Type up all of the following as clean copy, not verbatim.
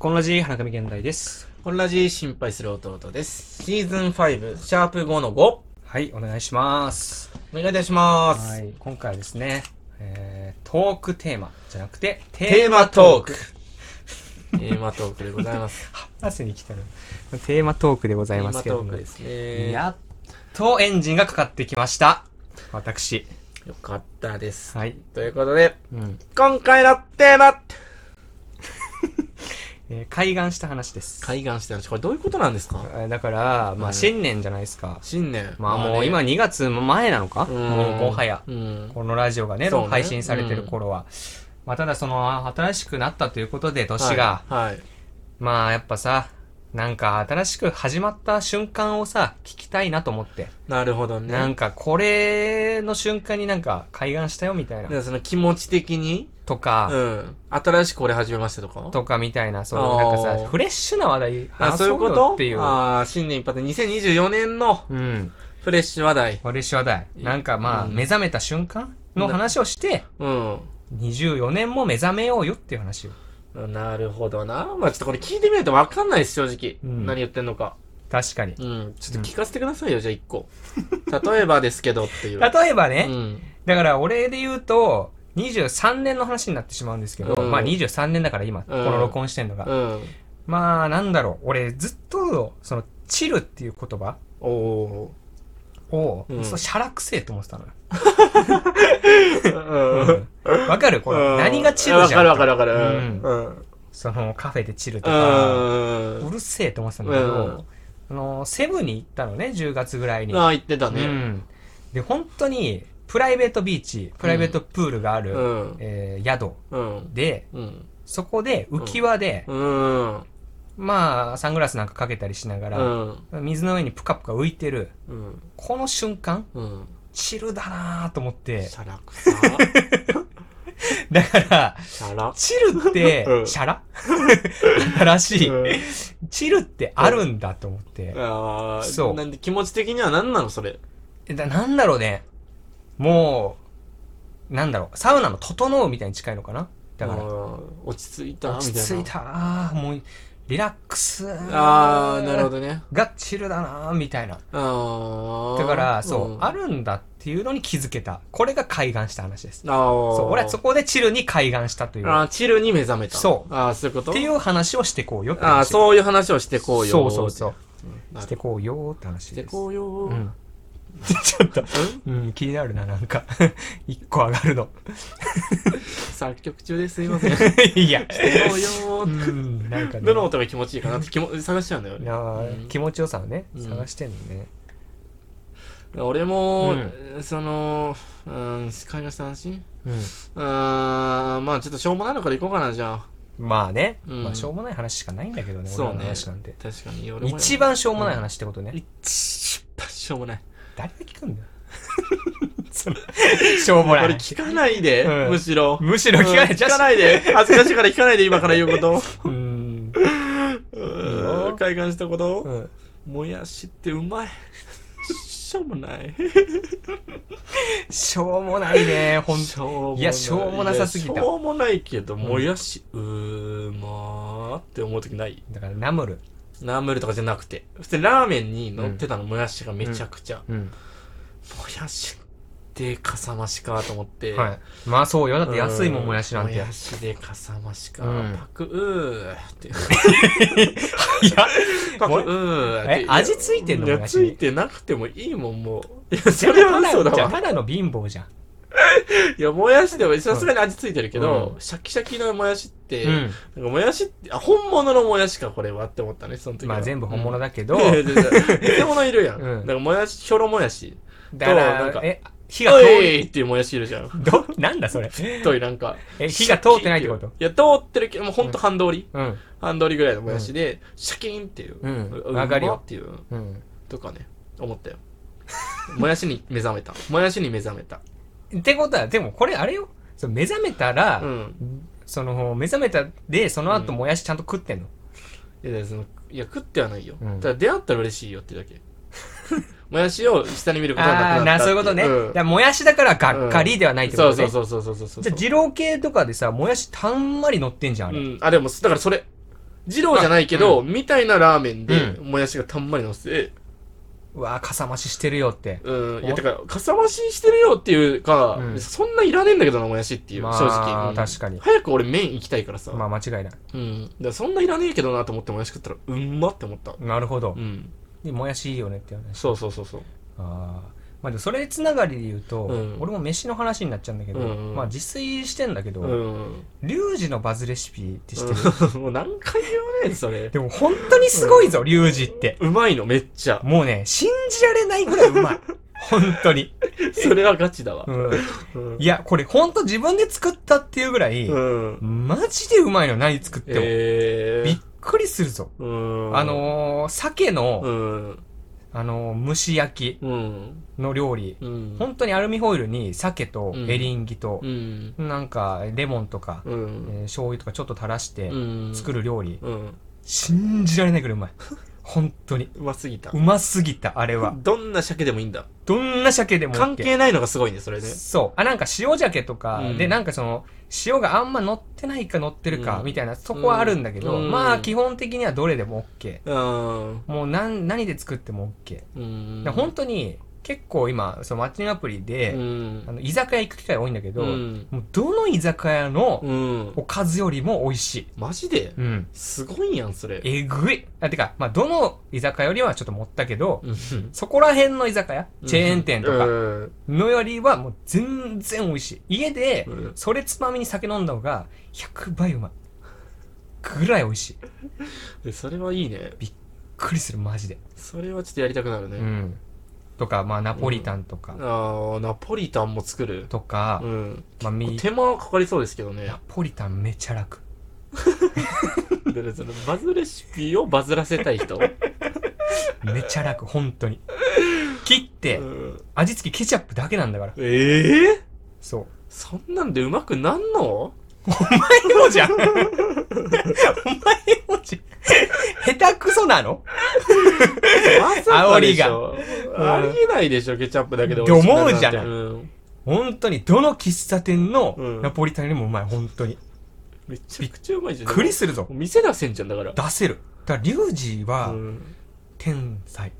こんなじ花上現代です。 こんなじ心配する弟です。シーズン5、シャープ5の5。 はい、お願いします。 お願いいたします。 はい、今回はですね、トークテーマじゃなくて、 テーマトーク。テーマトークでございます。 汗に来たる。テーマトークでございますけども。 テーマトークですね。 やっとエンジンがかかってきました。私。 よかったです。 はい。 ということで、 うん今回のテーマ開眼した話です。 開眼してる。これどういうことなんですか？ だから、まあ、新年じゃないですか。 新年。 まあもう今2月前なのかもうもはや。このラジオがね、配信されてる頃は。まあただその、新しくなったということで、年が。 はい。 まあやっぱさ、なんか新しく始まった瞬間をさ、聞きたいなと思って。 なるほどね。 なんかこれの瞬間になんか開眼したよみたいな。 その気持ち的にとか、 新しくこれ始めましたとかとかみたいな、そういうなんかさ、フレッシュな話題話そういうこそうよとっていう。 新年一発で2024年のフレッシュ話題。 フレッシュ話題。なんかまあ、目覚めた瞬間の話をして、24年も目覚めようよっていう話を。 なるほどな。まあちょっとこれ聞いてみないと分かんないです、正直。何言ってんのか。 確かに。 ちょっと聞かせてくださいよ、じゃあ一個。例えばですけどっていう。 例えばね、だから俺で言うと、23年の話になってしまうんですけど、まあ23年だから今、この録音してんのが。まあなんだろう、俺ずっと、その、チルっていう言葉を、シャラくせえと思ってたのよ。わかるこれ何がチルじゃん。 わかる。 そのカフェでチルとか、うるせえと思ってたんだけど、セブンに行ったのね、10月ぐらいに。 ああ、行ってたね。 で、本当に、プライベートビーチ、プライベートプールがある、宿で、そこで浮き輪で、まあ、サングラスなんかかけたりしながら、水の上にプカプカ浮いてる、この瞬間、チルだなぁと思って。 シャラくさ。 だから、チルって、シャラ新しい。チルってあるんだと思って。 そう。なんで気持ち的には何なのそれ。 なんだろうね。もう、なんだろう。サウナの整うみたいに近いのかなだから。 落ち着いたみたいな。 落ち着いた。もう、リラックス。 なるほどね。 がチルだなみたいな。だから、そう、あるんだっていうのに気づけた。これが開眼した話です。そう、俺はそこでチルに開眼したという。 チルに目覚めた。 そう。 そういうことっていう話をしてこうよって話。そういう話をしてこうよ。 そう。してこうよって話です。 してこうよ。 ちょっと、気になるな、なんか。一個上がるの。 作曲中ですいません。 いや。 してこうよなんかね。 どの音が気持ちいいかなって探しちゃうんだよね。 気持ちよさをね、探してんのね。 俺も、その、会話した話まあちょっとしょうもないのから行こうかな、じゃあ。 まあね。まあしょうもない話しかないんだけどね、 そうね。 俺の話なんて。 確かに。 一番しょうもない話ってことね。 一番しょうもない。 誰が聞くんだよ。しょうもない。 俺聞かないで、むしろ。 むしろ聞かない。 聞かないで。恥ずかしいから聞かないで、今から言うこと。開眼したこと、もやしってうまい。しょうもない。 しょうもないね、ほんと。いや、しょうもなさすぎた。 しょうもないけど、もやし、まーって思うときない。 だからナムルとかじゃなくて。普通にラーメンに乗ってたの、もやしがめちゃくちゃ。もやしってかさ増しかと思って。 はい。まあそうよ。だって安いもん、もやしなんて。 もやしでかさ増しか。パクって。いや、 パクって。 味ついてんのもやし。 ついてなくてもいいもん、もう。いや、それは嘘だわ。 じゃあただの貧乏じゃん。 いや、もやしでもさすがに味ついてるけど、シャキシャキのもやしって、もやしって、本物のもやしか、これはって思ったね、その時は。 まあ全部本物だけど。 偽物いるやん。だからもやし、ひょろもやし。 だから、なんか、 火が通りっていうもやしいるじゃん。 なんだそれ。 太いなんか。 火が通ってないってこと？ いや、通ってるけど、もうほんと半通り。半通りぐらいのもやしで、シャキーンっていう。 上がりよっていう。とかね、思ったよ。もやしに目覚めた。もやしに目覚めた。 ってことは、でもこれあれよ。目覚めたら、その、目覚めたで、その後もやしちゃんと食ってんの？ いや、食ってはないよ。ただ出会ったら嬉しいよってだけ。もやしを下に見ることがなくなった。 そういうことね。もやしだからがっかりではないってことね。 そう。 じゃあ、二郎系とかでさ、もやしたんまり乗ってんじゃん、あれ。 でも、だからそれ。 二郎じゃないけど、みたいなラーメンで、もやしがたんまり乗せて、 うわかさ増ししてるよって。 いや、てか、かさ増ししてるよっていうか、そんないらねえんだけどな、もやしっていう、正直。 確かに。 早く俺麺行きたいからさ。 まあ間違いない。 だからそんないらねえけどなと思ってもやし食ったら、うんまって思った。 なるほど。で、もやしいいよねって話。 そう。 ああ。まあでもそれつながりで言うと、俺も飯の話になっちゃうんだけど、まあ自炊してんだけど、リュウジのバズレシピって知ってる？ もう何回言わねえそれ。 でも本当にすごいぞ、リュウジって。 うまいの、めっちゃ。 もうね、信じられないぐらいうまい。本当に。 それはガチだわ。 いや、これ本当自分で作ったっていうぐらい、マジでうまいの、何作っても。びっくりするぞ。鮭の、蒸し焼きの料理、本当にアルミホイルに鮭とエリンギと、なんかレモンとか、醤油とかちょっと垂らして作る料理、信じられないくらいうまい。本当に。 うますぎた。 うますぎた、あれは。 どんな鮭でもいいんだ。 どんな鮭でも OK。 関係ないのがすごいね、それね。 そう。なんか塩鮭とか、で、なんかその、塩があんま乗ってないか乗ってるか、みたいな、そこはあるんだけど、まあ、基本的にはどれでも OK。もう何で作っても OK。本当に、結構今、そのマッチングアプリで、居酒屋行く機会多いんだけど、もうどの居酒屋のおかずよりも美味しい。 マジで？すごいやん、それ。 えぐい。てか、まあ、どの居酒屋よりはちょっと持ったけど、そこら辺の居酒屋、チェーン店とかのよりはもう全然美味しい。家で、それつまみに酒飲んだ方が100倍うまい。ぐらい美味しい。それはいいね。 びっくりする、マジで。 それはちょっとやりたくなるね。 とか、まあ、ナポリタンとか。 ナポリタンも作るとか、 まあ、手間かかりそうですけどね。 ナポリタンめちゃ楽。 そのバズレシピをバズらせたい人めちゃ楽、本当に。切って、味付けケチャップだけなんだから。そう。 そんなんでうまくなんの？ お前もじゃん。お前もじゃん。下手くそなの？ まさかでしょ。ありえないでしょ、ケチャップだけで美味しくなるなんて。思うじゃない。本当に、どの喫茶店のナポリタンよりもうまい、本当に。 めちゃくちゃうまいじゃん。 びっくりするぞ。 店出せんじゃん、だから。 出せる。だから、リュウジは、天才。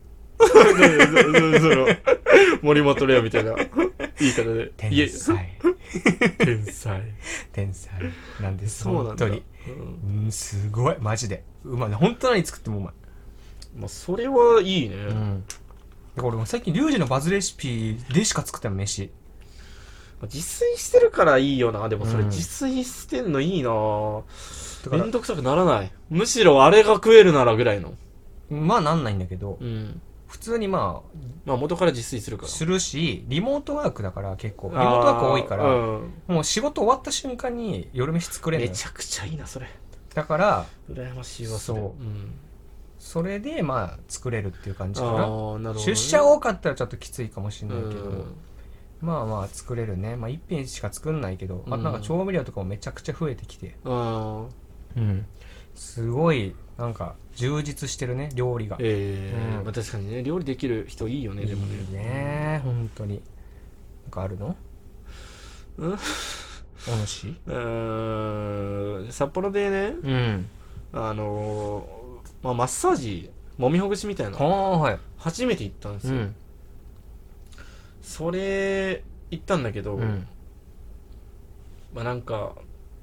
森本レオみたいな言い方で。 天才。 天才。 天才。なんです。 そうなんだ。 本当に。すごい。マジで。うまい。本当に作ってもうまい。 まあ、それはいいね。 だから俺も最近リュウジのバズレシピでしか作ってない飯。 自炊してるからいいよな。でもそれ自炊してんのいいな。めんどくさくならない。むしろあれが食えるならぐらいの。 まあなんないんだけど、普通にまあ元から自炊するから。 するし、リモートワークだから結構。リモートワーク多いから、もう仕事終わった瞬間に夜飯作れるのよ。 めちゃくちゃいいな、それ。 だから、 羨ましいわ、 そう。それでまあ作れるっていう感じかな。 なるほどね。 出社多かったらちょっときついかもしれないけど、まあまあ作れるね。まあ一品しか作んないけど、あとなんか調味料とかもめちゃくちゃ増えてきて、すごいなんか充実してるね、料理が。 まあ確かにね、料理できる人いいよね。でもね。 いいね、本当に。なんかあるの？お主？ 札幌でね、まあ、マッサージ、揉みほぐしみたいな、初めて行ったんですよ。それ行ったんだけど、まあなんか、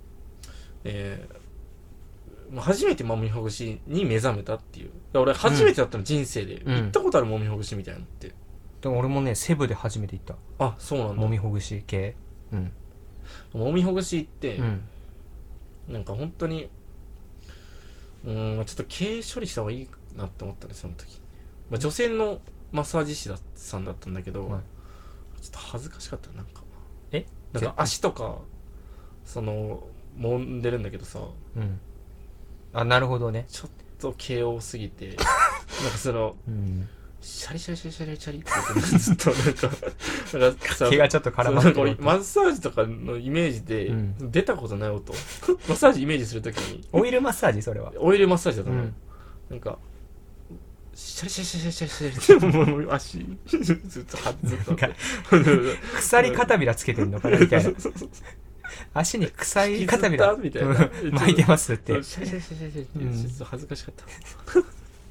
初めて揉みほぐしに目覚めたっていう。俺初めてだったの、人生で。行ったことある揉みほぐしみたいなのって。 でも俺もね、セブで初めて行った。 あ、そうなんだ。 揉みほぐし系。 揉みほぐし行って、なんか本当に、ちょっと経営処理した方がいいなって思ったね、その時。まあ、女性のマッサージ師さんだったんだけど、ちょっと恥ずかしかった、なんか。なんか足とか、揉んでるんだけどさ。 あ、なるほどね。 ちょっと毛多すぎて、なんかシャリシャリシャリシャリシャリって言ってずっとなんかさ、 毛がちょっと絡まってる。 マッサージとかのイメージで出たことない音。マッサージイメージするときに。 オイルマッサージそれは。 オイルマッサージだと思う。なんか、シャリシャリシャリシャリシャリシャリってもう足、ずっと。 鎖片びらつけてんのかなみたいな。 足に臭い肩びらみたいな巻いてますって。 ちょっと恥ずかしかった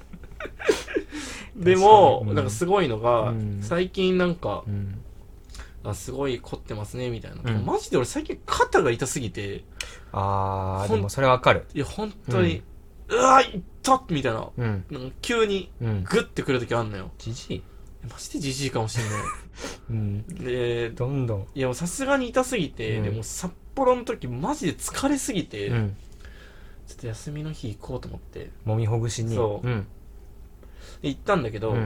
でも、なんかすごいのが、最近なんか、すごい凝ってますねみたいな、マジで俺最近肩が痛すぎて、 でもそれわかる。 いや本当に、うわ痛っみたいな、なんか急にグッてくるときあんのよ。 じじいマジでじじいかもしんないで、 どんどん、 いやさすがに痛すぎて、でも札幌の時マジで疲れすぎて、ちょっと休みの日行こうと思って揉みほぐしにそう、で行ったんだけど、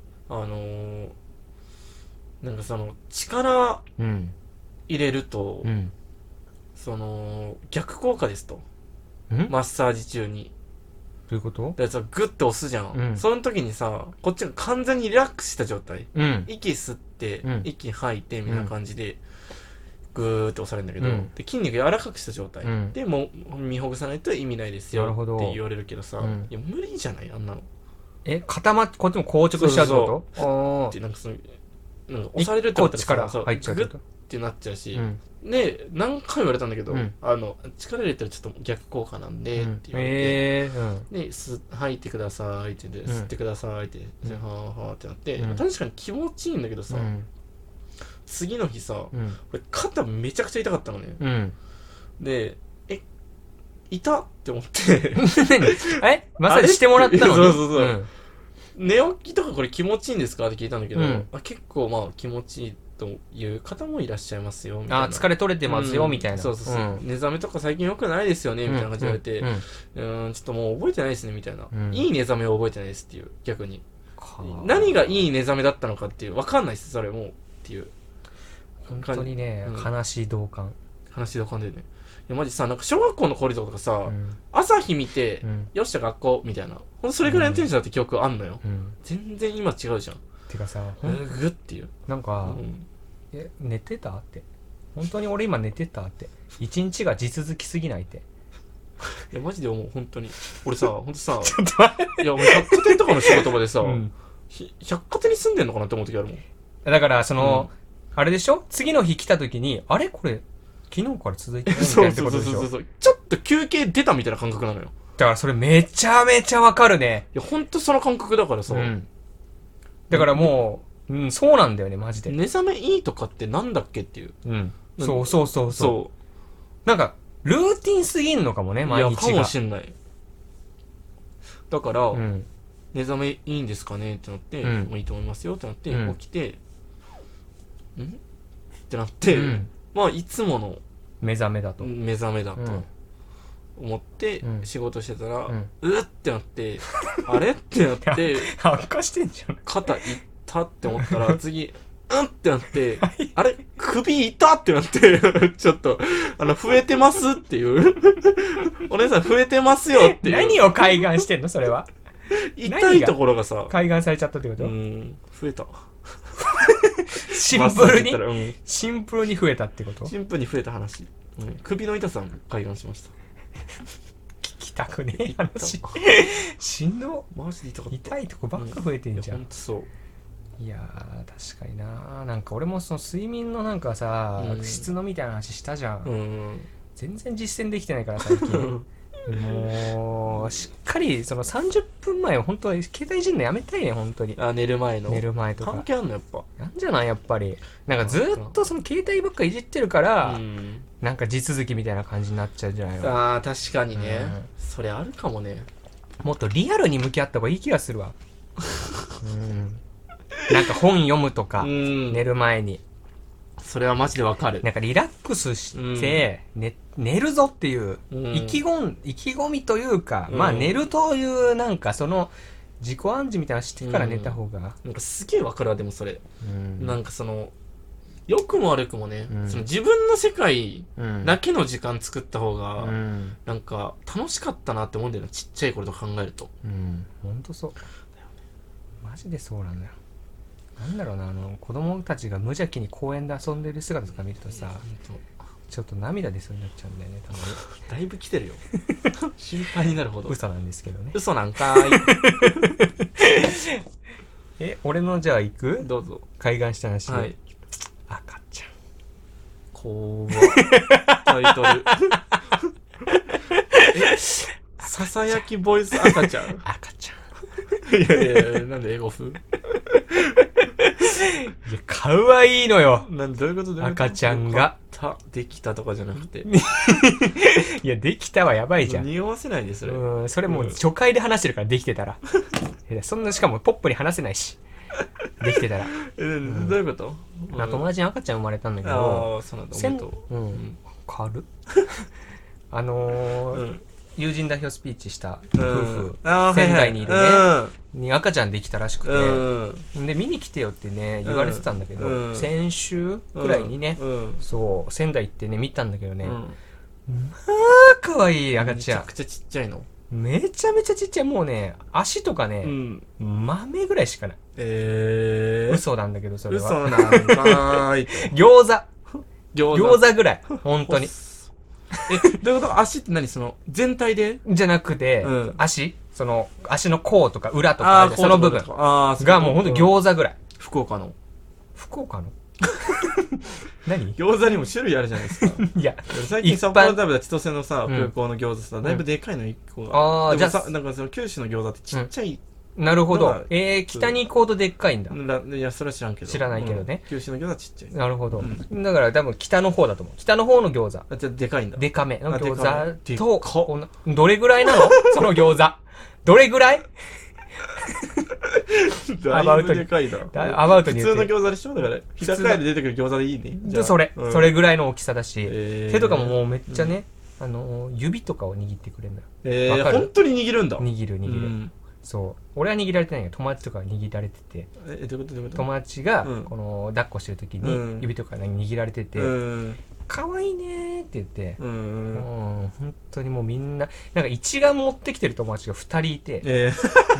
なんかその力入れると、その逆効果ですと、マッサージ中に。 どういうこと？ だからさグッて押すじゃん、その時にさこっちが完全にリラックスした状態、息吸って、息吐いてみたいな感じで、グーって押されるんだけど、で筋肉柔らかくした状態、でもう見ほぐさないと意味ないですよって言われるけどさ、いや無理じゃないあんなの。 固まってこっちも硬直しちゃうってこと？ ってなんかそのなんか押されるってことはさ、入っちゃうグッってなっちゃうし、で何回も言われたんだけど、力入れたらちょっと逆効果なんでって言われて、で吐いてくださいって言って、吸ってくださいって言って、はーはーってなって、確かに気持ちいいんだけどさ、次の日さ、俺肩めちゃくちゃ痛かったのね、で痛って思ってマッサージしてもらったのにそうそうそう、寝起きとかこれ気持ちいいんですかって聞いたんだけど、結構まあ気持ちいいという方もいらっしゃいますよみたいな。 疲れ取れてますよみたいな。 そうそうそう、寝覚めとか最近良くないですよねみたいな感じで言われて、ちょっともう覚えてないですねみたいな、いい寝覚めを覚えてないですっていう、逆に何がいい寝覚めだったのかっていう分かんないですそれもうっていう。 本当にね、悲しい同感だよね。いやマジさ、なんか小学校のコリドーとかさ、朝日見て、よっしゃ学校みたいな、ほんとそれぐらいのテンションだって記憶あんのよ、全然今違うじゃん。 てかさ、 グッっていうなんか、寝てたって本当に俺今寝てたって一日が地続きすぎないって。 いやマジで思う本当に。俺さ本当さちょっと待って、いや俺百貨店とかの仕事場でさ、百貨店に住んでんのかなって思う時あるもん。 だからその、あれでしょ、次の日来た時にあれこれ昨日から続いてるみたいなってことでしょ。 そうちょっと休憩出たみたいな感覚なのよ。 だからそれめちゃめちゃわかるね。 いやほんとその感覚だからさ、 だからもう、そうなんだよねマジで。 寝覚めいいとかってなんだっけっていう。 そうなんかルーティンすぎんのかもね、毎日が。 いやかもしんない。だから、寝覚めいいんですかねってなって、もういいと思いますよってなって、起きてってなって、まあいつもの目覚めだと思って仕事してたら、うってなってあれってなって悪化してんじゃん。 肩いったって思ったら次ってなってあれ首痛ってなってちょっと増えてますっていうお姉さん増えてますよっていう。 何を開眼してんのそれは。 痛いところがさ開眼されちゃったってこと？ 増えたシンプルに、シンプルに増えたってこと？ シンプルに増えた話、首の痛さも開眼しました。 聞きたくねえ話しんど。 マジで痛かった。 痛いとこばっか増えてんじゃん。 ほんとそう。 いやー確かにな。なんか俺もその睡眠のなんかさ、質のみたいな話したじゃん、全然実践できてないから最近もうしっかりその30分前は本当は携帯いじるのやめたいね本当に。 寝る前とか関係あんのやっぱ。 なんじゃないやっぱり。なんかずっとその携帯ばっかいじってるから、なんか地続きみたいな感じになっちゃうんじゃないの。 確かにね、それあるかもね。 もっとリアルに向き合った方がいい気がするわなんか本読むとか、寝る前に。 それはマジでわかる。 なんかリラックスして、寝るぞっていう、意気込みというか、まあ寝るというなんかその自己暗示みたいなのしてから寝た方が、 なんかすげえわかるわ。でもそれ、なんかその良くも悪くもね、その自分の世界だけの時間作った方が、なんか楽しかったなって思うんだよな、ちっちゃい頃と考えると。 ほんとそうだよね。マジでそうなんだよ。なんだろうな、子供たちが無邪気に公園で遊んでる姿とか見るとさ、ちょっと涙出そうになっちゃうんだよねたまに。 だいぶ来てるよ心配になるほど。 嘘なんですけどね。 嘘なんかーい俺のじゃあ行く？ どうぞ。 開眼した話。 はい。 赤ちゃんこうタイトルささやきボイス赤ちゃん赤ちゃんいやなんで英語風いやかわいいのよ。 なんでどういうこと赤ちゃんができたとかじゃなくていやできたはやばいじゃん。 匂わせないでそれ。 それもう初回で話してるから、できてたらそんな、しかもポップに話せないし、できてたら。 どういうこと？ 友達に赤ちゃん生まれたんだけど、 ああそうなんだ。 軽っ友人代表スピーチした夫婦、仙台にいるね、に赤ちゃんできたらしくて、で見に来てよってね言われてたんだけど、先週くらいにね、そう仙台行ってね見たんだけどね、まあ可愛い赤ちゃん。 めちゃくちゃちっちゃいの。 めちゃめちゃちっちゃい。もうね足とかね、豆ぐらいしかない。嘘なんだけど、それは嘘なんかーい餃子ぐらい本当に。 どういうこと？足って何？その全体でじゃなくて、足の甲とか裏とかその部分がもうほんと餃子ぐらい。 福岡の何？ 餃子にも種類あるじゃないですか。いや最近札幌で食べた千歳のさ空港の餃子さ、だいぶでかいの1個が。ああ、じゃあなんかその九州の餃子ってちっちゃい。 なるほど。北に行くほどでっかいんだ。 いやそれは知らんけど。 知らないけどね。 九州の餃子はちっちゃい。 なるほど。だから多分北の方だと思う。北の方の餃子。 じゃあでかいんだ。 でかめの餃子と、どれぐらいなの？その餃子。どれぐらい？ アバウトに。でかいな。 アバウトに。 普通の餃子でしょ？だから日高屋で出てくる餃子でいいね。 それぐらいの大きさだし、手とかももうめっちゃね、指とかを握ってくれるんだよ。 本当に握るんだ。 握る。そう。俺は握られてないけど、友達とかは握られてて。 どういうこと？ 友達が、この、抱っこしてる時に、指とか握られてて、可愛いねーって言って、本当にもうみんな、なんか一眼持ってきてる友達が2人いて、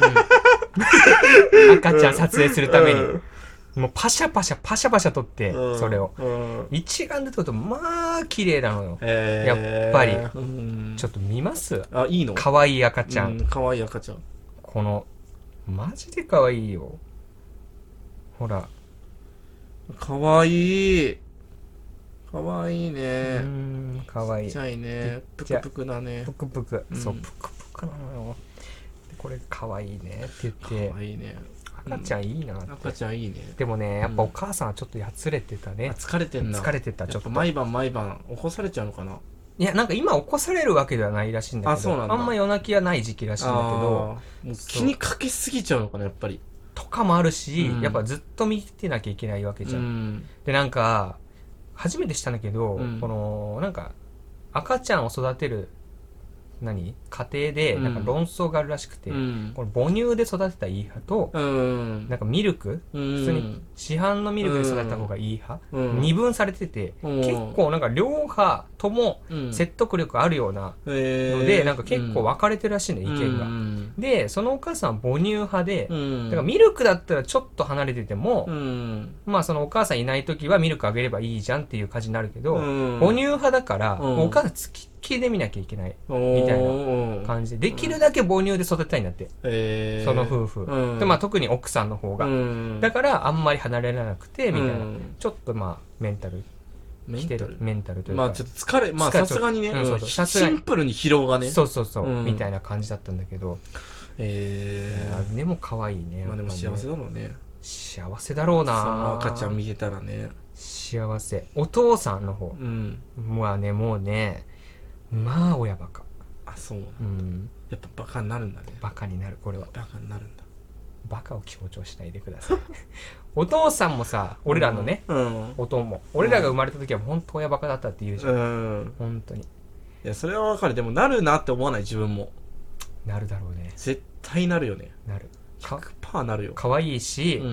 赤ちゃん撮影するために。もうパシャパシャ撮って、それを。一眼で撮ると、まあ、綺麗なのよ。やっぱり。ちょっと見ます？ あ、いいの？ 可愛い赤ちゃん。 可愛い赤ちゃん。 この、マジで可愛いよ。ほら。 可愛い。可愛いね。 可愛い。 ちっちゃいね。ぷくぷくだね。 ぷくぷく。そう、ぷくぷくなのよ。これ可愛いねって言って。 可愛いね。 赤ちゃんいいなって。 赤ちゃんいいね。 でもね、やっぱお母さんはちょっとやつれてたね。 疲れてんだ。 疲れてた、ちょっと。 毎晩起こされちゃうのかな？ いや、なんか今起こされるわけではないらしいんだけど、あんま夜泣きはない時期らしいんだけど、 もう気にかけすぎちゃうのかな、やっぱり。 とかもあるし、やっぱずっと見てなきゃいけないわけじゃん。で、なんか、初めてしたんだけど、この、なんか、赤ちゃんを育てる、家庭で、なんか論争があるらしくて、この母乳で育てたらいい派と、なんかミルク、普通に市販のミルクで育てた方がいい派、二分されてて、結構なんか両派とも説得力あるようなので、なんか結構分かれてるらしいね、意見が。で、そのお母さんは母乳派で、だからミルクだったらちょっと離れてても、まあそのお母さんいない時はミルクあげればいいじゃんっていう感じになるけど、母乳派だから、お母さん付きっきりで見なきゃいけないみたいな感じで、できるだけ母乳で育てたいんだって、その夫婦。で、まあ特に奥さんの方が。だからあんまり離れられなくて、みたいな。ちょっとまあメンタル来てる。メンタルというか。 まあちょっと疲れ、まあさすがにね、シンプルに疲労がね。 そう、みたいな感じだったんだけど。でも可愛いね。 まあでも幸せだろうね。 幸せだろうな。 その赤ちゃん見てたらね。 幸せ。お父さんの方はね、もうね、まあ親バカ。 あ、そう。やっぱバカになるんだね。 バカになる、これは。 バカになるんだ。 バカを強調しないでください。お父さんもさ、俺らのね、お父も。俺らが生まれた時は本当親バカだったって言うじゃん。本当に。いや、それはわかる。でもなるなって思わない、自分も。 なるだろうね。 絶対なるよね。 なる。 100% なるよ。 可愛いし、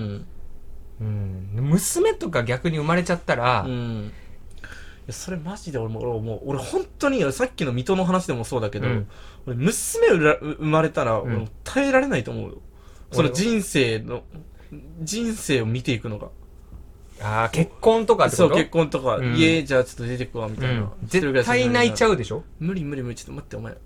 娘とか逆に生まれちゃったら、 それマジで俺本当にさっきの水戸の話でもそうだけど、俺娘生まれたら、耐えられないと思うよ。その人生を見ていくのが。 ああ、結婚とかってこと？ そう、結婚とか、家じゃあちょっと出てくわみたいな。 絶対泣いちゃうでしょ？ 無理、ちょっと待って、お前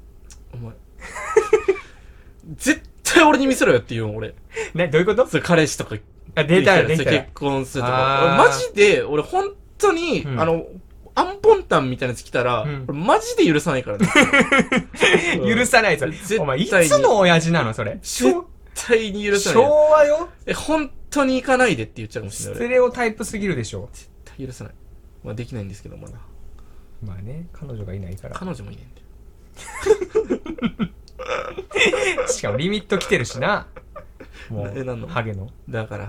絶対俺に見せろよって言うの、俺。 ね、どういうこと？ それ彼氏とか出たら結婚するとか。マジで俺本当に、 アンポンタンみたいなやつ来たら、マジで許さないからね。 許さないぞ。お前、いつの親父なのそれ。 絶対に許さない。 昭和よ。 本当に行かないでって言っちゃうかもしれない。 ステレオタイプすぎるでしょ。 絶対許さない。まあできないんですけど、まだ。 まあね、彼女がいないから。 彼女もいないんで。 しかもリミット来てるしな。もう、 なんのハゲの。 だから。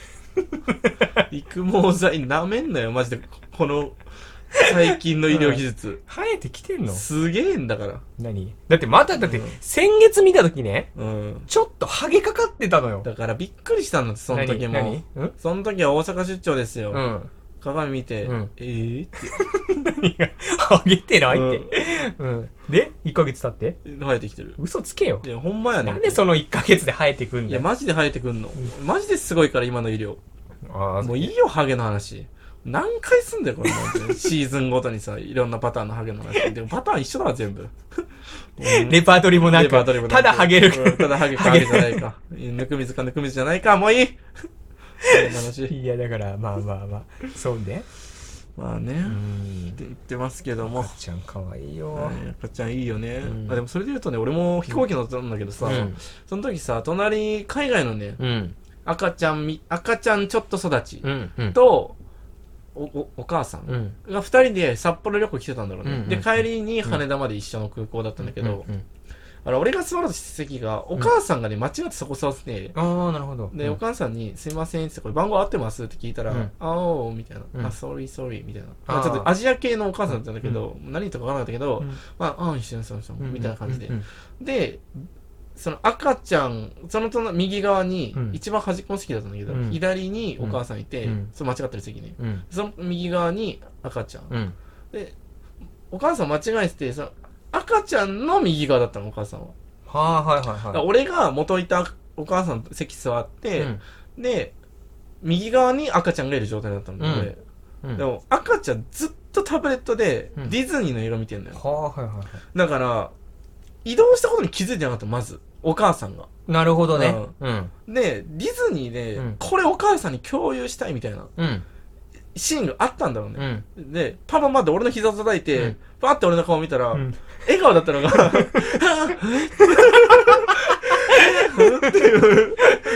育毛剤舐めんなよ、マジで。この、最近の医療技術。 生えてきてんのすげえんだから。 何だってまた、先月見た時ね、ちょっとハゲかかってたのよ。 だからびっくりしたんだって、その時も。その時は大阪出張ですよ。鏡見て、って。 何がハゲてないって。で、1ヶ月経って生えてきてる。 嘘つけよ。 いや、ほんまやねん。 なんでその1ヶ月で生えてくんだよ。 いや、マジで生えてくんの。マジですごいから、今の医療。もういいよ、ハゲの話。何回すんだよ、これ。シーズンごとにさ、いろんなパターンのハゲの話。でもパターン一緒だわ、全部。 レパートリーもなく、ただハゲる。 ただハゲかハゲじゃないか。ぬくみずかぬくみずじゃないか、もういい。 いや、だから、まあ、そうね。 まあね、って言ってますけども。 赤ちゃんかわいいよ。 赤ちゃんいいよね。でもそれで言うとね、俺も飛行機乗ったんだけどさ、その時さ、隣、海外のね、赤ちゃんちょっと育ちと、お母さんが二人で札幌旅行来てたんだろうね。で、帰りに羽田まで一緒の空港だったんだけど、俺が座ろうとした席が、お母さんがね、間違ってそこ座ってて、 なるほど。 で、お母さんに、すいませんって、これ番号合ってますって聞いたら、みたいな。sorry みたいな。ちょっとアジア系のお母さんだったんだけど、何とかわからなかったけど、一緒にみたいな感じで。で、その赤ちゃん、その右側に、一番端っこの席だったんだけど、左にお母さんいて、その間違ってる席ね。その右側に赤ちゃん。で、お母さん間違えてて、その赤ちゃんの右側だったの、お母さんは。俺が元いたお母さんと席座って、で、右側に赤ちゃんがいる状態だったので、でも赤ちゃんずっとタブレットでディズニーの映画見てんのよ。だから、移動したことに気づいてなかった、まず。お母さんが。 なるほどね。 で、ディズニーで、これお母さんに共有したいみたいな。シーンがあったんだろうね。で、パパまで俺の膝叩いて、パって俺の顔見たら、笑顔だったのが、っていう。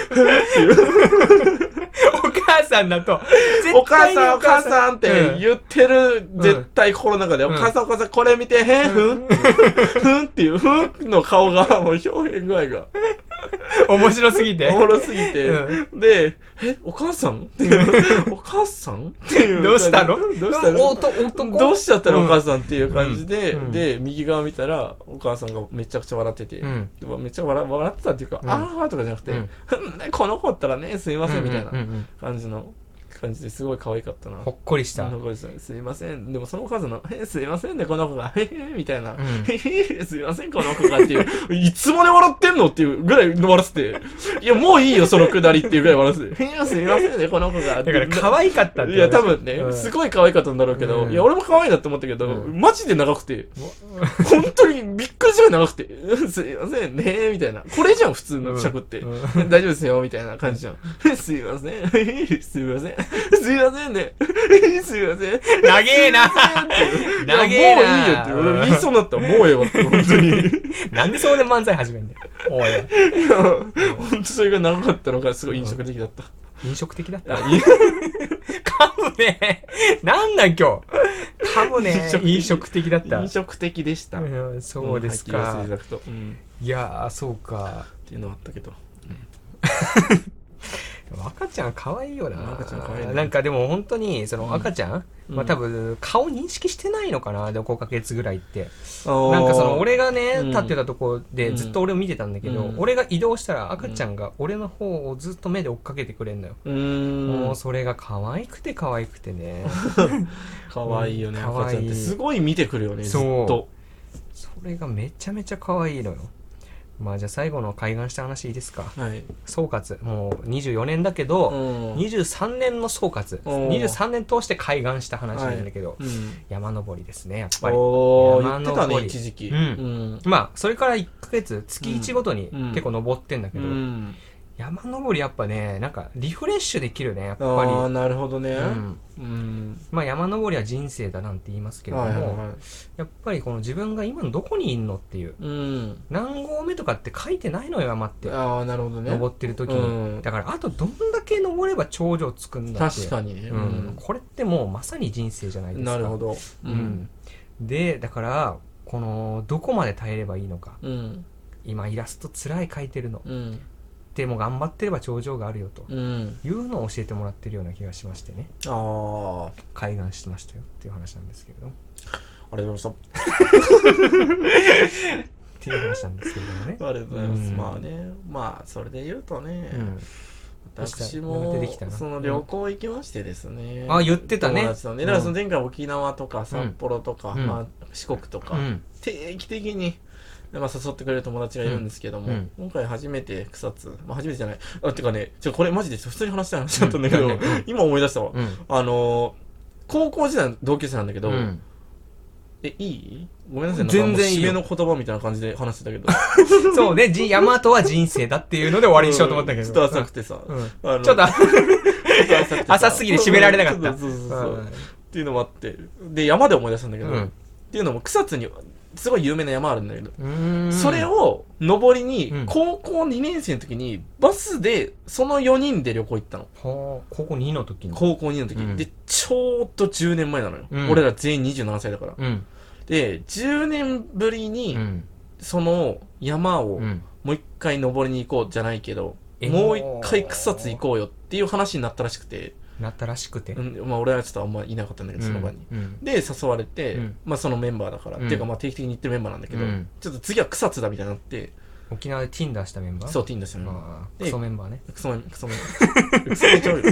お母さんだと、 お母さんって言ってる、絶対心の中で、お母さんこれ見て、ふんっていう、ふんの顔が、もう表現具合が。 面白すぎて。 で、お母さんっていう、お母さんっていう。 どうしたのどうしちゃったのお母さんっていう感じで、で、右側見たら、お母さんがめちゃくちゃ笑ってて、めっちゃ笑ってたっていうか、あーとかじゃなくて、この子ったらね、すいませんみたいな感じですごい可愛かったな。 ほっこりした。 すいません。でもそのお母さんの、すいませんね、この子が、みたいな。すいません、この子がっていう、いつまで笑ってんのっていうぐらい笑ってて、いや、もういいよ、そのくだりっていうぐらい笑ってて、すいませんね、この子が。 だから可愛かったって。 いや、多分ね、すごい可愛かったんだろうけど、いや、俺も可愛いなって思ったけど、マジで長くて、本当にびっくりするぐらい長くて、すいませんね、みたいな。これじゃん、普通の尺って。大丈夫ですよ、みたいな感じじゃん。すいません、すいません。すいませんね。すいません。 長えな。 長えな。もういいよって。俺言いそうになった。もうええわって、本当に。 なんでそこで漫才始めんだよ。おい。 本当それが長かったのがすごい飲食的だった。 飲食的だったかもね。なんだ今日。かもね。飲食的だった。 飲食的でした。 そうですか。いやー、そうか。 っていうのはあったけど。 赤ちゃん可愛いよな。 赤ちゃん可愛いね。 なんかでも本当にその赤ちゃん、まあ多分顔認識してないのかな、で5ヶ月ぐらいって。なんかその俺がね立ってたとこでずっと俺を見てたんだけど、俺が移動したら赤ちゃんが俺の方をずっと目で追っかけてくれんのよ。もうそれが可愛くてね。 可愛いよね。赤ちゃんってすごい見てくるよね。ずっと。 それがめちゃめちゃ可愛いのよ。まあじゃあ最後の開眼した話いいですか。総括もう24年だけど、23年の総括、23年通して開眼した話なんだけど、山登りですね、やっぱり。 山登り、一時期。 まあそれから1ヶ月月1ごとに結構登ってんだけど、 山登りやっぱね、なんかリフレッシュできるね、やっぱり。 ああ、なるほどね。 うん。まあ山登りは人生だなんて言いますけれども、やっぱりこの自分が今のどこにいんのっていう。何合目とかって書いてないのよ、山って。 ああ、なるほどね。 登ってる時に。だからあとどんだけ登れば頂上つくんだって。 確かにね。 これってもうまさに人生じゃないですか。 なるほど。 で、だから、この、どこまで耐えればいいのか。今イラスト辛い描いてるの。でも頑張ってれば頂上があるよというのを教えてもらってるような気がしましてね。開眼してましたよっていう話なんですけれども。 ありがとうございました。っていう話なんですけれどもね。 ありがとうございます。まあね、まあそれで言うとね、私もその旅行行きましてですね。 あ、言ってたね。 だからその前回沖縄とか札幌とか、まあ四国とか定期的に。まあ誘ってくれる友達がいるんですけども、今回初めて草津、まあ初めてじゃない。てかね、これマジで普通に話したい話だったんだけど、今思い出したわ。高校時代の同級生なんだけど、いい？ごめんなさい。 全然いい。 締めの言葉みたいな感じで話してたけど。 そうね、山とは人生だっていうので終わりにしようと思ったけど。 ちょっと浅くてさ。 ちょっと浅すぎて締められなかった。 そう。っていうのもあって、で、山で思い出したんだけど、っていうのも草津に、すごい有名な山あるんだけど、それを登りに、高校2年生の時に、バスで、その4人で旅行行ったの。 高校2の時に高校2の時に。で、ちょうど10年前なのよ。俺ら全員27歳だから。で、10年ぶりに、その山を、もう一回登りに行こうじゃないけど、もう一回草津行こうよっていう話になったらしくて、 まあ俺はちょっとあんまいなかったんだけど、その場に。で、誘われて、まあそのメンバーだから、っていうかまあ定期的に行ってるメンバーなんだけど、ちょっと次は草津だみたいになって、 沖縄で Tinder したメンバー？ そう、Tinder したメンバー。クソメンバーね。 クソメンバー。クソめちゃうよ。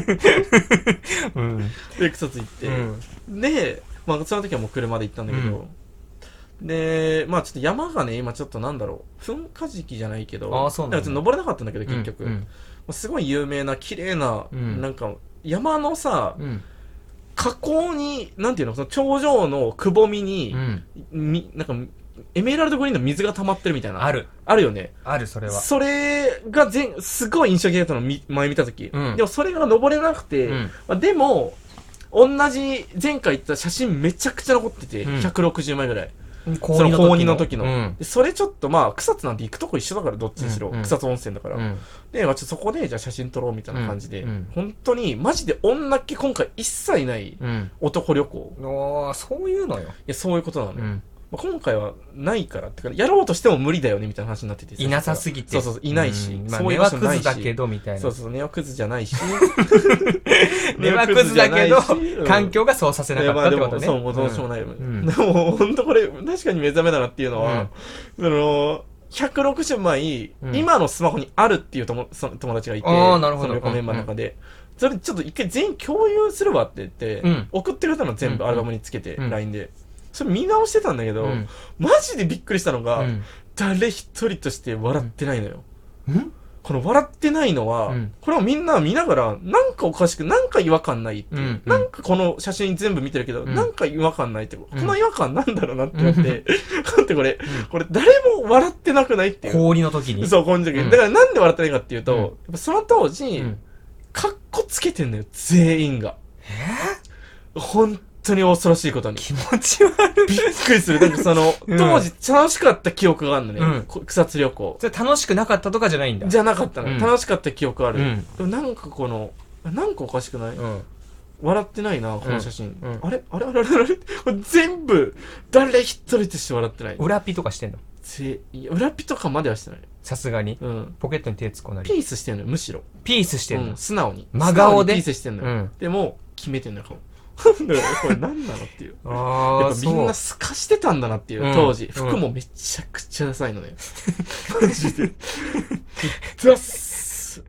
で、草津行って、で、まあその時はもう車で行ったんだけど、で、まあちょっと山がね、今ちょっとなんだろう、噴火時期じゃないけど、だから登れなかったんだけど、結局。すごい有名な、綺麗な、なんか、山のさ、河口に、なんていうの、その頂上のくぼみに、なんか、エメラルドグリーンの水が溜まってるみたいな。 あるよね。 それは。 それがすごい印象的だったの、前見たとき。でもそれが登れなくて、でも、同じ前回行った写真めちゃくちゃ残ってて、160枚ぐらい。その高2の時の。それちょっとまあ、草津なんて行くとこ一緒だから、どっちにしろ。草津温泉だから。で、まあちょっとそこで、じゃあ写真撮ろうみたいな感じで、本当に、マジで女っ気今回一切ない男旅行。 そういうのよ。 いや、そういうことなのよ。今回はないからってか、やろうとしても無理だよねみたいな話になってて。 いなさすぎて。 そう、いないし。 まあ、根はクズだけど、みたいな。 そう、根はクズじゃないし。 根はクズだけど、環境がそうさせなかったってことね。 そう、もうどうしようもないよね。でも、ほんとこれ、確かに目覚めだなっていうのは、160枚、今のスマホにあるっていう友達がいて、その横メンバーの中で、それちょっと一回全員共有するわって言って、送ってくれたの全部アルバムにつけて、LINE で。それ見直してたんだけど、マジでびっくりしたのが、誰一人として笑ってないのよ。この笑ってないのは、これをみんな見ながら、なんかおかしく、なんか違和感ないっていう。なんかこの写真全部見てるけど、なんか違和感ないって。この違和感なんだろうなって思って、だってこれ誰も笑ってなくないっていう。 氷の時に。 そう、氷の時に。だからなんで笑ってないかっていうと、やっぱその当時、カッコつけてんのよ、全員が。本当に恐ろしいことに。 気持ち悪い。 びっくりする。なんかその、当時楽しかった記憶があるのね。草津旅行。 それ楽しくなかったとかじゃないんだ。 じゃなかったの。楽しかった記憶ある。でもなんかこの、なんかおかしくない？笑ってないな、この写真。あれこれ全部、誰一人として笑ってない。 裏ピとかしてんの？ 裏ピとかまではしてない。 さすがに。ポケットに手突っ込んだり。 ピースしてんのよ、むしろ。 ピースしてんの？ 素直に。 真顔で。 ピースしてんのよ。でも、決めてんのよ、顔。これ何なのっていう。やっぱみんな透かしてたんだなっていう、当時。服もめちゃくちゃダサいのね。マジで。ダッス。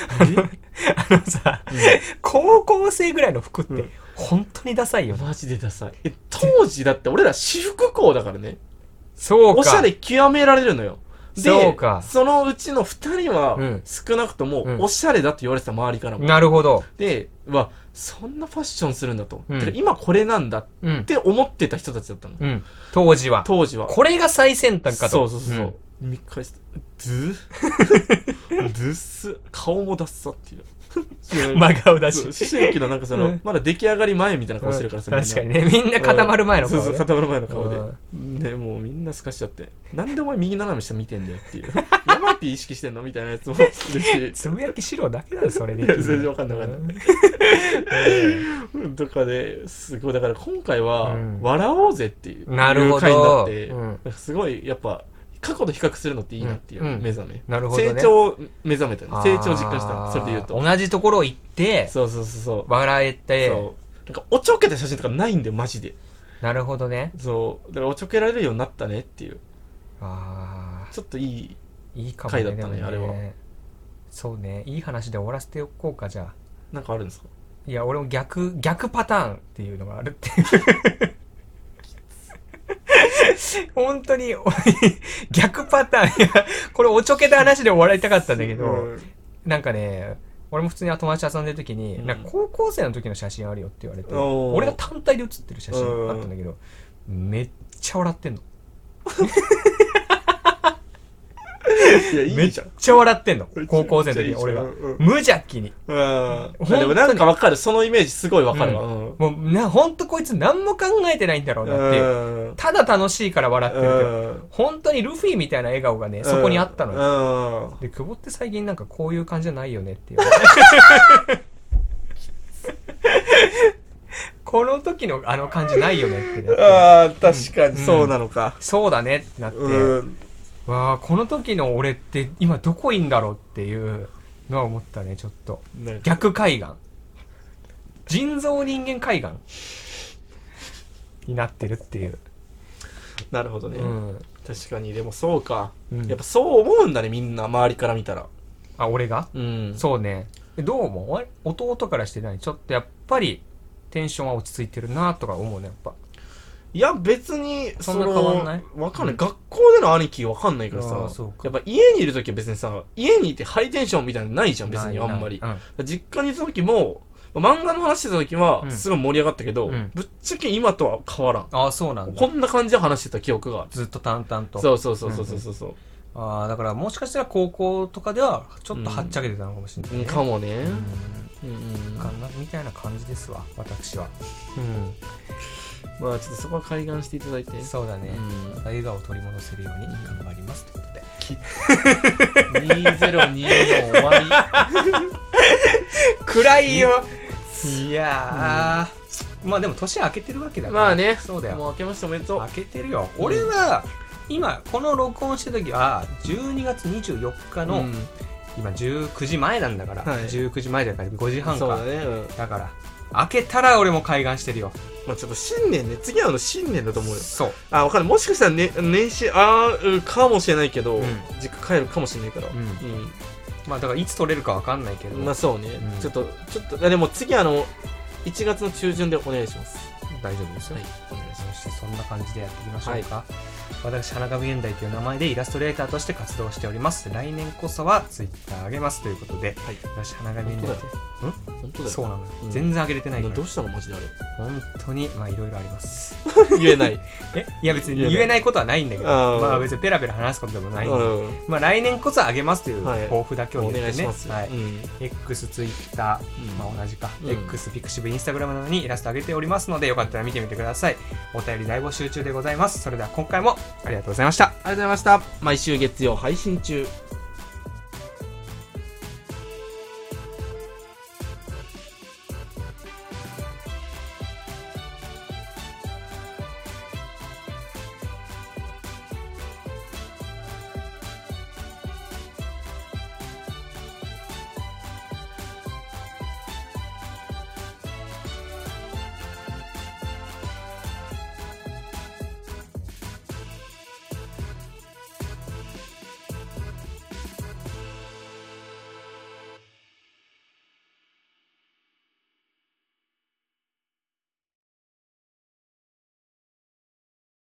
さ、高校生ぐらいの服って、本当にダサいよね。 マジでダサい。当時だって俺ら私服校だからね。 そうか。 おしゃれ極められるのよ。 そうか。 そのうちの2人は、少なくとも、おしゃれだって言われてた、周りからも。 なるほど。 で、そんなファッションするんだと。今これなんだって思ってた人たちだったの。 当時は。 当時は。 これが最先端かと。 そう。 見返してずっす顔もダッサっていう真顔だし思春期のなんかその、まだ出来上がり前みたいな顔してるからさ、 確かにね、みんな固まる前の顔で、 そう固まる前の顔で、ね、もうみんなすかしちゃって、なんでお前右斜め下見てんだよっていうヤマピー意識してんのみたいなやつもいるし、 つぶやきしろだけだよそれで。 全然わかんないとかですごい、だから今回は笑おうぜっていうなるほど回になって、すごいやっぱ過去と比較するのっていいなっていう目覚め、 なるほどね、 成長を目覚めた、成長を実感した。それで言うと同じところを行ってそう笑えて、 なんかおちょけた写真とかないんだよマジで。 なるほどね。 そうだからおちょけられるようになったねっていう、ちょっといいかも回だったねあれは。 そうね、いい話で終わらせておこうか。じゃあなんかあるんですか？ いや俺も逆パターンっていうのがあるっていう本当に逆パターン。いやこれおちょけた話で終わられたかったんだけど、なんかね、俺も普通に友達と遊んでる時に、なんか高校生の時の写真あるよって言われて、俺が単体で写ってる写真あったんだけど、めっちゃ笑ってんの。 いやいいじゃん、 めっちゃ笑ってんの、高校生の時に俺が無邪気に。 でもなんかわかる、そのイメージすごいわかるわ。 もうほんとこいつ何も考えてないんだろうなっていう、ただ楽しいから笑ってるけど、本当にルフィみたいな笑顔がねそこにあったのよ。で久保って最近なんかこういう感じじゃないよねっていうこの時のあの感じないよねって。 確かにそうなのか、 そうだねってなって、わあこの時の俺って今どこいんだろうっていうのは思ったね。ちょっと逆海岸、人造人間海岸になってるっていう。 なるほどね、確かに。でもそうか、やっぱそう思うんだねみんな周りから見たら。 俺が、そうね。どう思う？弟からしてない？ちょっとやっぱりテンションは落ち着いてるなとか思うねやっぱ。 いや別にそんな変わんない？ わかんない、学校での兄貴わかんないからさ。やっぱ家にいるときは別にさ、家にいてハイテンションみたいなのないじゃん別にあんまり。実家にいたときも漫画の話してたときはすごい盛り上がったけど、ぶっちゃけ今とは変わらん。 そうなんだ。 こんな感じで話してた記憶がずっと淡々と。 そうだからもしかしたら高校とかではちょっとはっちゃけてたのかもしれないね。 かもね。 みたいな感じですわ私は。 まあちょっとそこは開眼していただいて。 そうだね、笑顔を取り戻せるように頑張りますということで 2024終わり暗いよ。いやまあでも年明けてるわけだから。 まあね、 そうだよ、 もう明けましておめでとう。 明けてるよ。俺は今この録音してる時は12月24日の今19時前なんだから、19時前だから5時半か。そうだね、だから開けたら俺も開眼してるよ。 まあちょっと新年ね、次は新年だと思うよ。 そう。 わかんない。もしかしたら、ね、年始かもしれないけど、実家帰るかもしれないから。 まあだからいつ取れるかわかんないけど。 まあそうね。ちょっとでも次1月の中旬でお願いします。 大丈夫ですよ。 はい、お願いします。 そんな感じでやっていきましょうか。私花神現代という名前でイラストレーターとして活動しております。来年こそはツイッター上げますということで、私花神現代って本当だよ。 そうなの、全然上げれてないから。 どうしたのマジであれ。 本当にまあいろいろあります。 言えない。 いや別に言えないことはないんだけど、まあ別にペラペラ話すことでもないんで、まあ来年こそ上げますという抱負だけを言ってね。はい。X、ツイッター、まあ同じか。X、ピクシブ、インスタグラムなどにイラスト上げておりますので、よかったら見てみてください。お便り大募集中でございます。それでは今回もありがとうございました。 ありがとうございました。毎週月曜配信中。